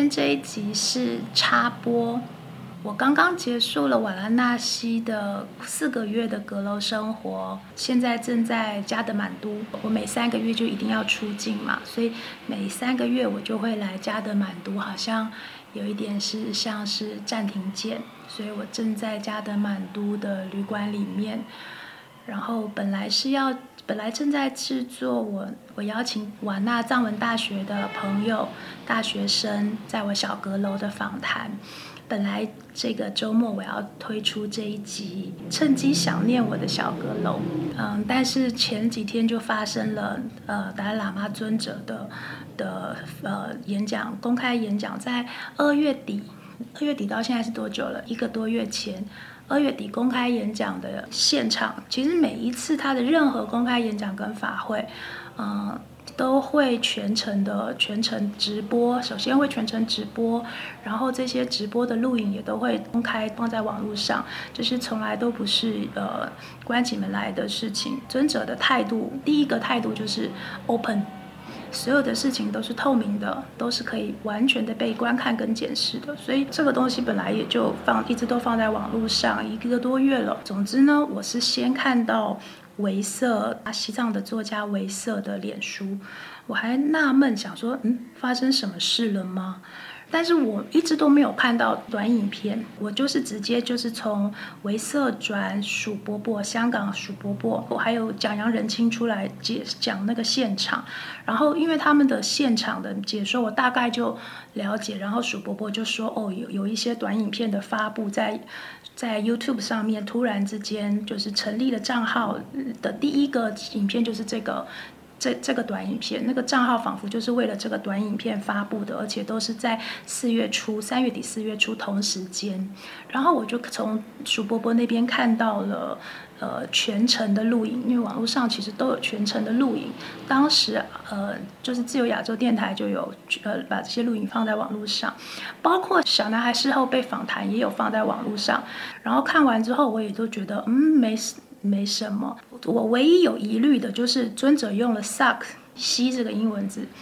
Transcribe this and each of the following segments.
这一集是插播，我刚刚结束了瓦拉纳西的4个月的阁楼生活，现在正在加德满都。我每3个月就一定要出境嘛，所以每3个月我就会来加德满都，好像有一点是像是暂停键，所以我正在加德满都的旅馆里面。然后本来正在制作我邀请瓦纳藏文大学的朋友大学生在我小阁楼的访谈。本来这个周末我要推出这一集，趁机想念我的小阁楼。但是前几天就发生了达赖喇嘛尊者的演讲，公开演讲，在2月底到现在是多久了？1个多月前。2月底公开演讲的现场，其实每一次他的任何公开演讲跟法会，都会全程直播。首先会全程直播，然后这些直播的录影也都会公开放在网络上，就是从来都不是关起门来的事情。尊者的态度，第一个态度就是 open。所有的事情都是透明的，都是可以完全的被观看跟检视的，所以这个东西本来也就一直都放在网络上1个多月了。总之呢，我是先看到维瑟西藏的作家维瑟的脸书，我还纳闷想说，发生什么事了吗？但是我一直都没有看到短影片，我就是直接从维瑟转鼠伯伯，香港鼠伯伯，我还有蒋扬仁青出来讲那个现场，然后因为他们的现场的解说我大概就了解，然后鼠伯伯就说有一些短影片的发布在 YouTube 上面，突然之间就是成立了账号的第一个影片就是这个短影片，那个账号仿佛就是为了这个短影片发布的，而且都是在3月底4月初同时间。然后我就从鼠伯伯那边看到了全程的录影，因为网络上其实都有全程的录影。当时就是自由亚洲电台就有把这些录影放在网络上，包括小男孩事后被访谈也有放在网络上。然后看完之后，我也都觉得没什么。我唯一有疑虑的就是尊者用了 suck 吸这个英文字，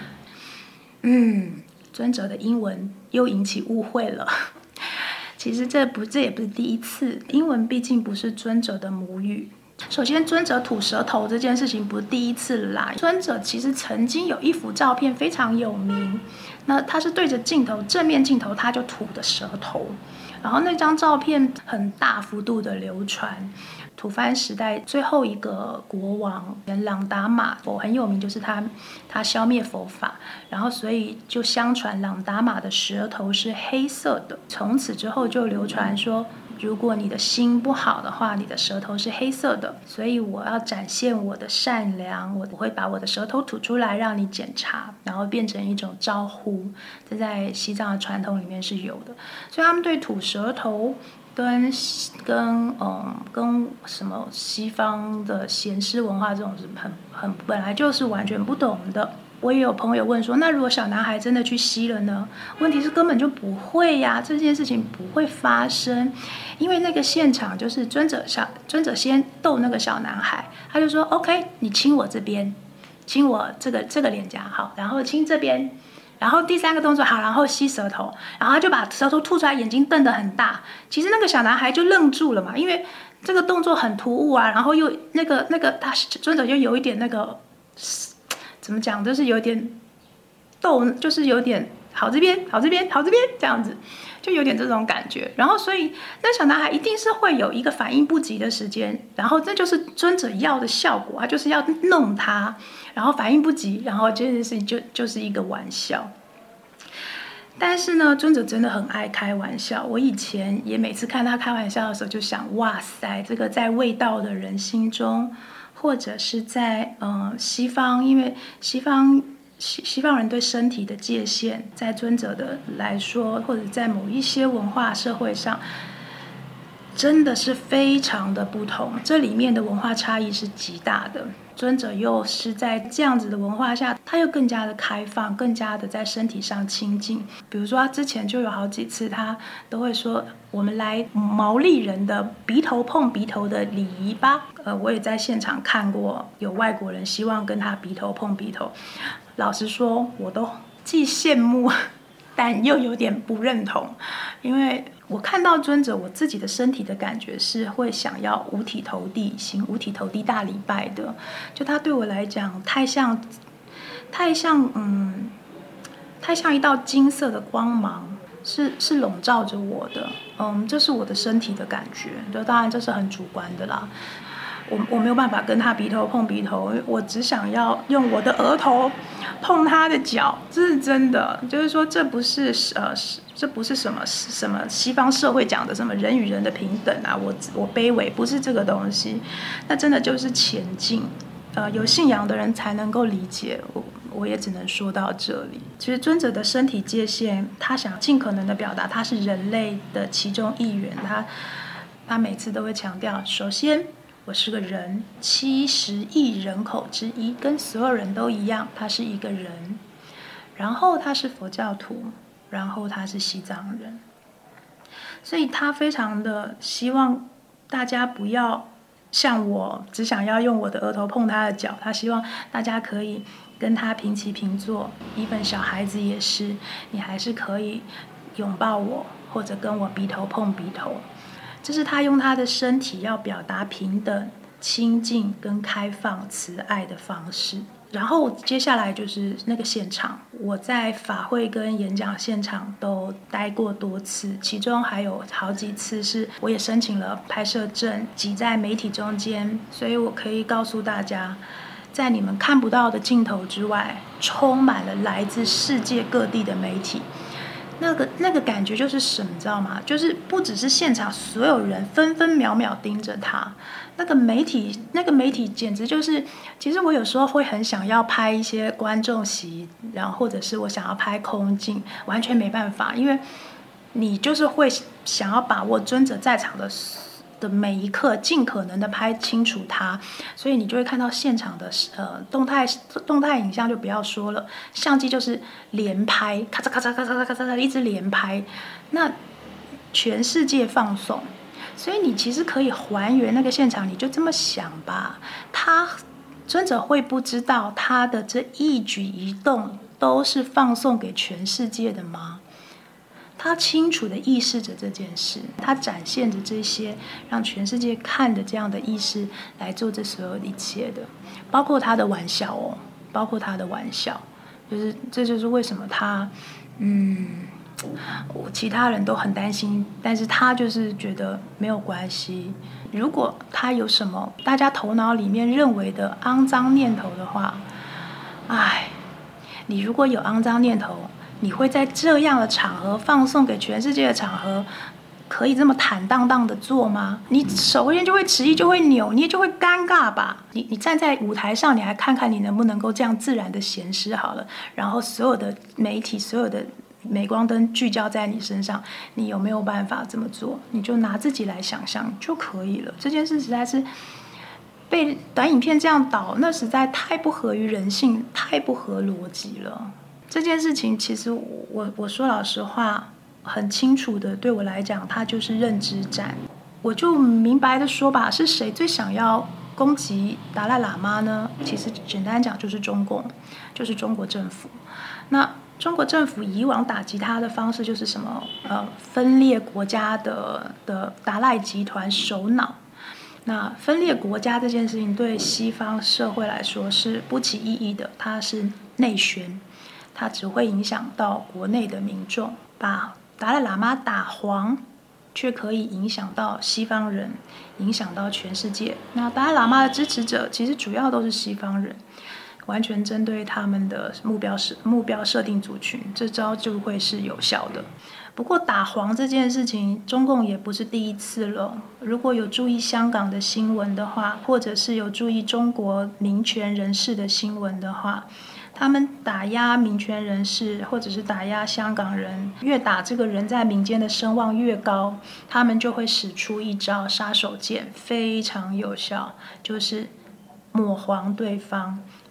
尊者的英文又引起误会了。其实这也不是第一次，英文毕竟不是尊者的母语。首先，尊者吐舌头这件事情不是第一次了啦。尊者其实曾经有一幅照片非常有名，那他是对着镜头，正面镜头他就吐的舌头，然后那张照片很大幅度的流传。吐蕃时代最后一个国王朗达玛佛很有名，就是他消灭佛法，然后所以就相传朗达玛的舌头是黑色的。从此之后就流传说，如果你的心不好的话，你的舌头是黑色的。所以我要展现我的善良，我会把我的舌头吐出来让你检查，然后变成一种招呼。这在西藏的传统里面是有的，所以他们对吐舌头跟什么西方的咸湿文化这种是本来就是完全不懂的。我也有朋友问说，那如果小男孩真的去吸了呢？问题是根本就不会呀，这件事情不会发生，因为那个现场就是尊者先逗那个小男孩，他就说 OK， 你亲我这边，亲我这个脸颊好，然后亲这边。然后第3个动作好，然后吸舌头，然后他就把舌头吐出来，眼睛瞪得很大。其实那个小男孩就愣住了嘛，因为这个动作很突兀啊，然后又那个他尊者就有一点那个怎么讲，就是有点就是有点好这边这样子，就有点这种感觉。然后所以那小男孩一定是会有一个反应不及的时间，然后这就是尊者要的效果，他就是要弄他，然后反应不及，然后这件事情就是一个玩笑。但是呢，尊者真的很爱开玩笑。我以前也每次看他开玩笑的时候，就想，哇塞，这个在卫道的人心中，或者是在西方，因为西方人对身体的界限，在尊者的来说，或者在某一些文化社会上，真的是非常的不同，这里面的文化差异是极大的。尊者又是在这样子的文化下，他又更加的开放，更加的在身体上亲近。比如说他之前就有好几次，他都会说，我们来毛利人的鼻头碰鼻头的礼仪吧。我也在现场看过有外国人希望跟他鼻头碰鼻头，老实说我都既羡慕但又有点不认同，因为我看到尊者，我自己的身体的感觉是会想要五体投地，行五体投地大礼拜的。就他对我来讲，太像一道金色的光芒，是笼罩着我的。这是我的身体的感觉。就当然这是很主观的啦。我没有办法跟他鼻头碰鼻头，我只想要用我的额头碰他的脚，这是真的。就是说，这不是什么西方社会讲的什么人与人的平等啊，我卑微，不是这个东西。那真的就是前进。有信仰的人才能够理解。我也只能说到这里。其实尊者的身体界限，他想尽可能的表达他是人类的其中一员。他每次都会强调，首先我是个人，70亿人口之一，跟所有人都一样，他是一个人。然后他是佛教徒，然后他是西藏人，所以他非常的希望大家不要像我，只想要用我的额头碰他的脚。他希望大家可以跟他平起平坐，even小孩子也是，你还是可以拥抱我，或者跟我鼻头碰鼻头。这是他用他的身体要表达平等、亲近跟开放、慈爱的方式。然后接下来就是那个现场，我在法会跟演讲现场都待过多次，其中还有好几次是我也申请了拍摄证，挤在媒体中间，所以我可以告诉大家，在你们看不到的镜头之外，充满了来自世界各地的媒体。那个感觉就是什么，你知道吗？就是不只是现场所有人分分秒秒盯着他，那个媒体简直就是，其实我有时候会很想要拍一些观众席，然后或者是我想要拍空镜，完全没办法，因为你就是会想要把握尊者在场的每一刻，尽可能的拍清楚它，所以你就会看到现场的动态影像就不要说了，相机就是连拍，咔嚓咔嚓咔嚓咔嚓，一直连拍，那全世界放送，所以你其实可以还原那个现场，你就这么想吧，尊者会不知道他的这一举一动都是放送给全世界的吗？他清楚地意识着这件事，他展现着这些让全世界看的这样的意识来做这所有一切的，包括他的玩笑哦，包括他的玩笑，这就是为什么他，我其他人都很担心，但是他就是觉得没有关系。如果他有什么大家头脑里面认为的肮脏念头的话，你如果有肮脏念头，你会在这样的场合放送给全世界的场合，可以这么坦荡荡的做吗？你首先就会迟疑，就会扭捏，就会尴尬吧。你站在舞台上，你还看看你能不能够这样自然的显示好了，然后所有的媒体，所有的镁光灯聚焦在你身上，你有没有办法这么做？你就拿自己来想象就可以了。这件事实在是被短影片这样导，那实在太不合于人性，太不合逻辑了。这件事情其实我说老实话，很清楚的，对我来讲，它就是认知战。我就明白的说吧，是谁最想要攻击达赖喇嘛呢？其实简单讲就是中共，就是中国政府。那中国政府以往打击他的方式就是什么？分裂国家的达赖集团首脑。那分裂国家这件事情对西方社会来说是不起意义的，它是内宣。它只会影响到国内的民众，把达赖喇嘛打黄，却可以影响到西方人，影响到全世界。那达赖喇嘛的支持者其实主要都是西方人，完全针对他们的目标设定族群，这招就会是有效的。不过打黄这件事情，中共也不是第一次了。如果有注意香港的新闻的话，或者是有注意中国民权人士的新闻的话，他们打压民权人士，或者是打压香港人，越打这个人在民间的声望越高，他们就会使出一招杀手锏，非常有效，就是抹黄对方，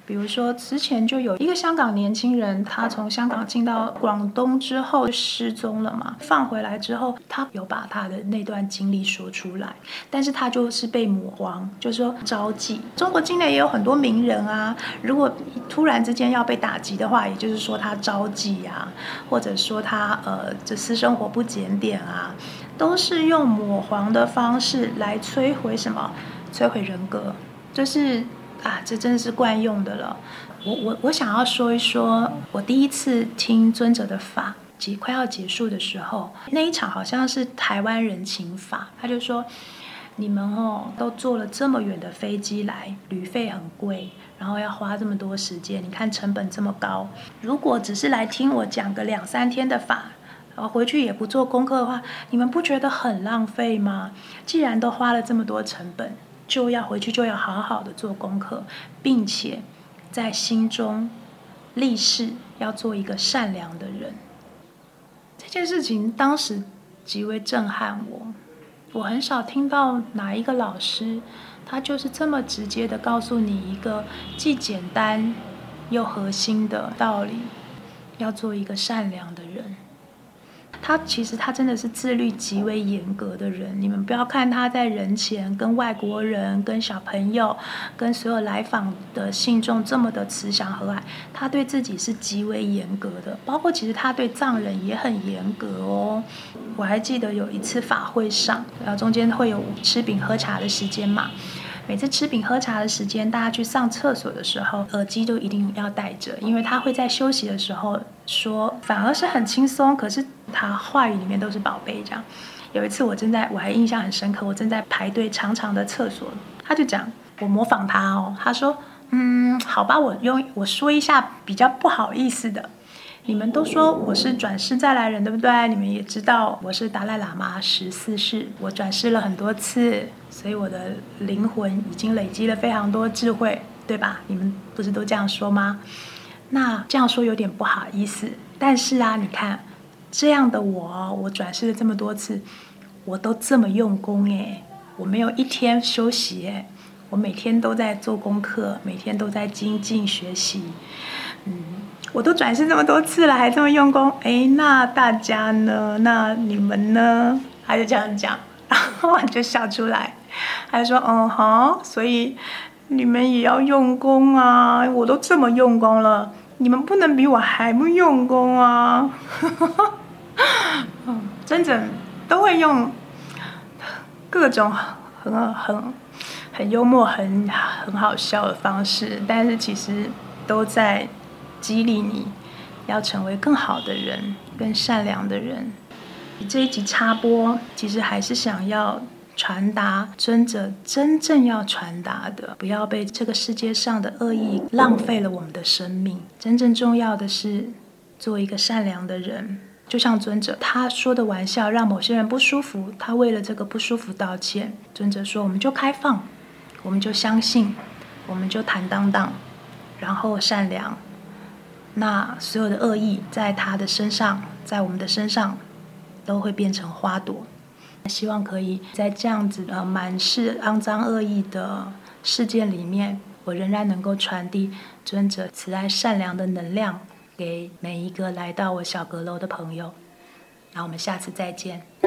比如说之前就有一个香港年轻人，他从香港进到广东之后就失踪了嘛，放回来之后，他有把他的那段经历说出来，但是他就是被抹黄，就是说招妓。中国境内也有很多名人啊，如果突然之间要被打击的话，也就是说他招妓啊，或者说他这私生活不检点啊，都是用抹黄的方式来摧毁什么？摧毁人格，就是这真的是惯用的了。我想要说一说，我第一次听尊者的法快要结束的时候，那一场好像是台湾人情法，他就说你们都坐了这么远的飞机来，旅费很贵，然后要花这么多时间，你看成本这么高，如果只是来听我讲个2-3天的法，回去也不做功课的话，你们不觉得很浪费吗？既然都花了这么多成本，就要回去就要好好的做功课，并且在心中立誓要做一个善良的人。这件事情当时极为震撼我很少听到哪一个老师他就是这么直接的告诉你一个既简单又核心的道理，要做一个善良的人。其实他真的是自律极为严格的人，你们不要看他在人前跟外国人、跟小朋友、跟所有来访的信众这么的慈祥和蔼，他对自己是极为严格的，包括其实他对藏人也很严格哦。我还记得有一次法会上，然后中间会有吃饼喝茶的时间嘛，每次吃饼喝茶的时间，大家去上厕所的时候，耳机都一定要戴着，因为他会在休息的时候说，反而是很轻松，可是他话语里面都是宝贝这样。有一次我还印象很深刻，我正在排队长长的厕所，他就讲，我模仿他他说，好吧，我说一下比较不好意思的。你们都说我是转世再来人，对不对？你们也知道我是达赖喇嘛14世，我转世了很多次，所以我的灵魂已经累积了非常多智慧，对吧？你们不是都这样说吗？那这样说有点不好意思，但是你看这样的我转世了这么多次，我都这么用功耶，我没有一天休息耶，我每天都在做功课，每天都在精进学习。我都转世这么多次了，还这么用功，那大家呢？那你们呢？他就这样讲，然后我就笑出来，他就说，所以你们也要用功啊！我都这么用功了，你们不能比我还不用功啊！真正都会用各种很幽默、很好笑的方式，但是其实都在激励你要成为更好的人，更善良的人。这一集插播其实还是想要传达尊者真正要传达的，不要被这个世界上的恶意浪费了我们的生命。真正重要的是做一个善良的人。就像尊者他说的玩笑让某些人不舒服，他为了这个不舒服道歉。尊者说，我们就开放，我们就相信，我们就坦荡荡，然后善良，那所有的恶意在他的身上，在我们的身上都会变成花朵。希望可以在这样子满是肮脏恶意的事件里面，我仍然能够传递尊者慈爱善良的能量给每一个来到我小阁楼的朋友。那我们下次再见。